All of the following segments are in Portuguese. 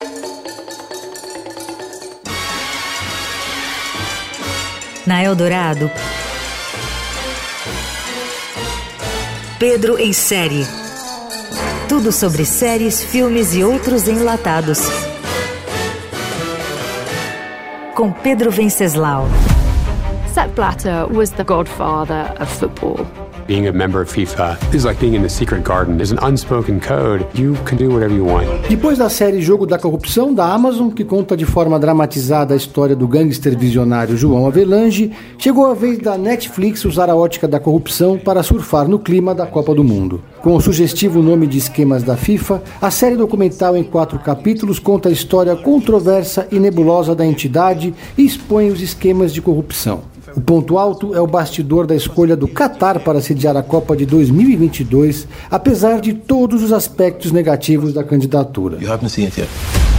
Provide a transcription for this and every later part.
Na Eldorado, Pedro em Série. Tudo sobre séries, filmes e outros enlatados. Com Pedro Venceslau. Sepp Blatter was the godfather of football. Being a member of FIFA is like being in the secret garden. There's an unspoken code. You can do whatever you want. Depois da série Jogo da Corrupção, da Amazon, que conta de forma dramatizada a história do gangster visionário João Avelange, chegou a vez da Netflix usar a ótica da corrupção para surfar no clima da Copa do Mundo. Com o sugestivo nome de Esquemas da FIFA, a série documental em 4 capítulos conta a história controversa e nebulosa da entidade e expõe os esquemas de corrupção. O ponto alto é o bastidor da escolha do Catar para sediar a Copa de 2022, apesar de todos os aspectos negativos da candidatura. You haven't seen it yet.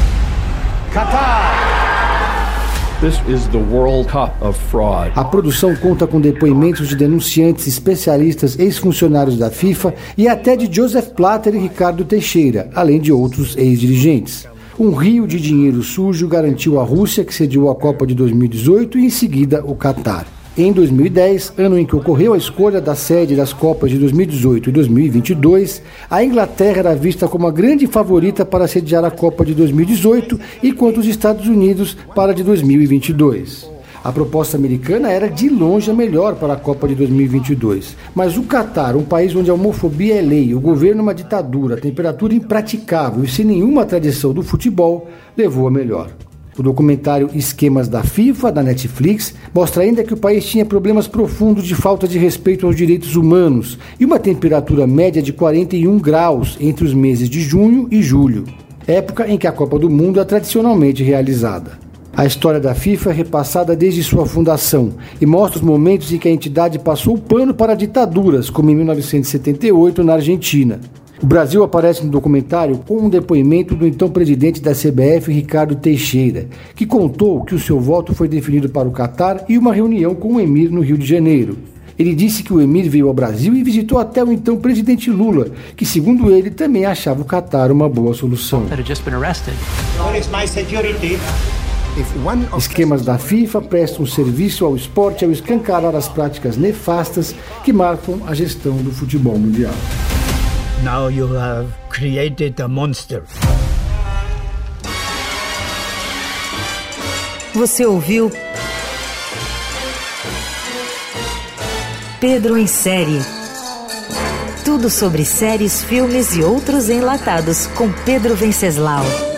Catar! This is the World Cup of fraud. A produção conta com depoimentos de denunciantes, especialistas, ex-funcionários da FIFA e até de Joseph Blatter e Ricardo Teixeira, além de outros ex-dirigentes. Um rio de dinheiro sujo garantiu a Rússia, que sediou a Copa de 2018, e em seguida o Catar. Em 2010, ano em que ocorreu a escolha da sede das Copas de 2018 e 2022, a Inglaterra era vista como a grande favorita para sediar a Copa de 2018, enquanto os Estados Unidos para a de 2022. A proposta americana era de longe a melhor para a Copa de 2022. Mas o Catar, um país onde a homofobia é lei, o governo é uma ditadura, a temperatura impraticável e sem nenhuma tradição do futebol, levou a melhor. O documentário Esquemas da FIFA, da Netflix, mostra ainda que o país tinha problemas profundos de falta de respeito aos direitos humanos e uma temperatura média de 41 graus entre os meses de junho e julho, época em que a Copa do Mundo é tradicionalmente realizada. A história da FIFA é repassada desde sua fundação e mostra os momentos em que a entidade passou o pano para ditaduras, como em 1978 na Argentina. O Brasil aparece no documentário com um depoimento do então presidente da CBF, Ricardo Teixeira, que contou que o seu voto foi definido para o Catar e uma reunião com o Emir no Rio de Janeiro. Ele disse que o Emir veio ao Brasil e visitou até o então presidente Lula, que, segundo ele, também achava o Catar uma boa solução. Esquemas da FIFA prestam serviço ao esporte ao escancarar as práticas nefastas que marcam a gestão do futebol mundial. Now you have created a monster. Você ouviu Pedro em Série. Tudo sobre séries, filmes e outros enlatados com Pedro Venceslau.